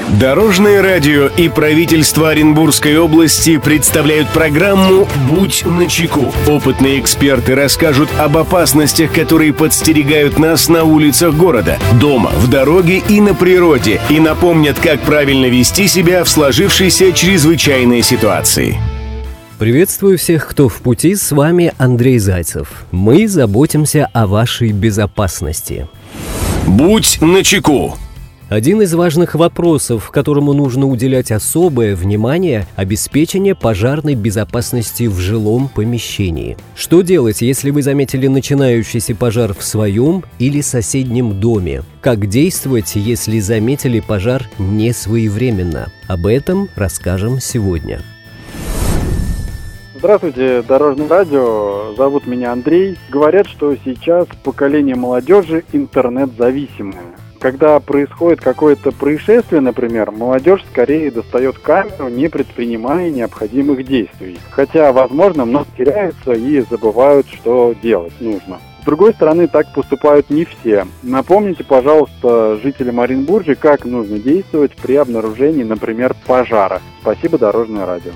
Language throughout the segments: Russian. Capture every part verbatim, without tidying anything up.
Дорожное радио и правительство Оренбургской области представляют программу «Будь начеку». Опытные эксперты расскажут об опасностях, которые подстерегают нас на улицах города, дома, в дороге и на природе, и напомнят, как правильно вести себя в сложившейся чрезвычайной ситуации. Приветствую всех, кто в пути, с вами Андрей Зайцев. Мы заботимся о вашей безопасности. Будь начеку. Один из важных вопросов, которому нужно уделять особое внимание – обеспечение пожарной безопасности в жилом помещении. Что делать, если вы заметили начинающийся пожар в своем или соседнем доме? Как действовать, если заметили пожар не своевременно? Об этом расскажем сегодня. Здравствуйте, Дорожное радио. Зовут меня Андрей. Говорят, что сейчас поколение молодежи интернет-зависимое. Когда происходит какое-то происшествие, например, молодежь скорее достает камеру, не предпринимая необходимых действий. Хотя, возможно, многие теряются и забывают, что делать нужно. С другой стороны, так поступают не все. Напомните, пожалуйста, жителям Оренбурга, как нужно действовать при обнаружении, например, пожара. Спасибо, Дорожное радио.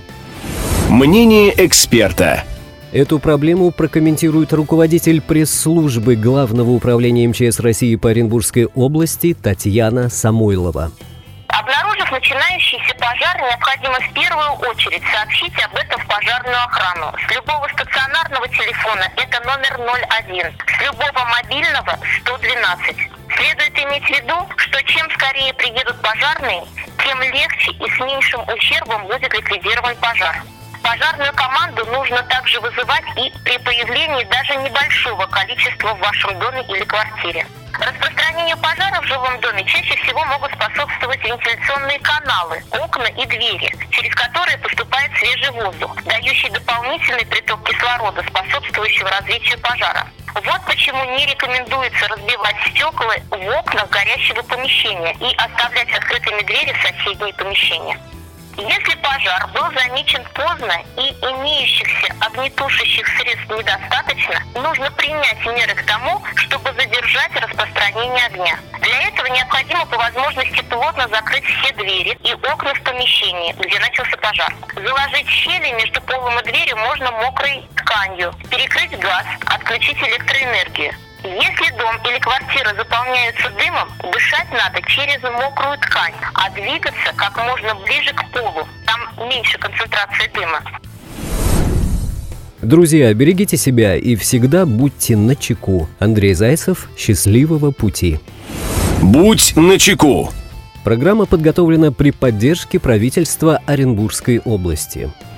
Мнение эксперта. Эту проблему прокомментирует руководитель пресс-службы Главного управления эм че эс России по Оренбургской области Татьяна Самойлова. Обнаружив начинающийся пожар, необходимо в первую очередь сообщить об этом в пожарную охрану. С любого стационарного телефона это номер ноль один, с любого мобильного сто двенадцать. Следует иметь в виду, что чем скорее приедут пожарные, тем легче и с меньшим ущербом будет ликвидирован пожар. Пожарную команду нужно также вызывать и при появлении даже небольшого количества в вашем доме или квартире. Распространению пожара в жилом доме чаще всего могут способствовать вентиляционные каналы, окна и двери, через которые поступает свежий воздух, дающий дополнительный приток кислорода, способствующего развитию пожара. Вот почему не рекомендуется разбивать стекла в окнах горящего помещения и оставлять открытыми двери в соседние помещения. Если пожар был замечен поздно и имеющихся огнетушащих средств недостаточно, нужно принять меры к тому, чтобы задержать распространение огня. Для этого необходимо по возможности плотно закрыть все двери и окна в помещении, где начался пожар. Заложить щели между полом и дверью можно мокрой тканью, перекрыть газ, отключить электроэнергию. Если дом или квартира заполняются дымом, дышать надо через мокрую ткань, а двигаться как можно ближе к полу. Там меньше концентрации дыма. Друзья, берегите себя и всегда будьте начеку. Андрей Зайцев, счастливого пути. Будь начеку. Программа подготовлена при поддержке правительства Оренбургской области.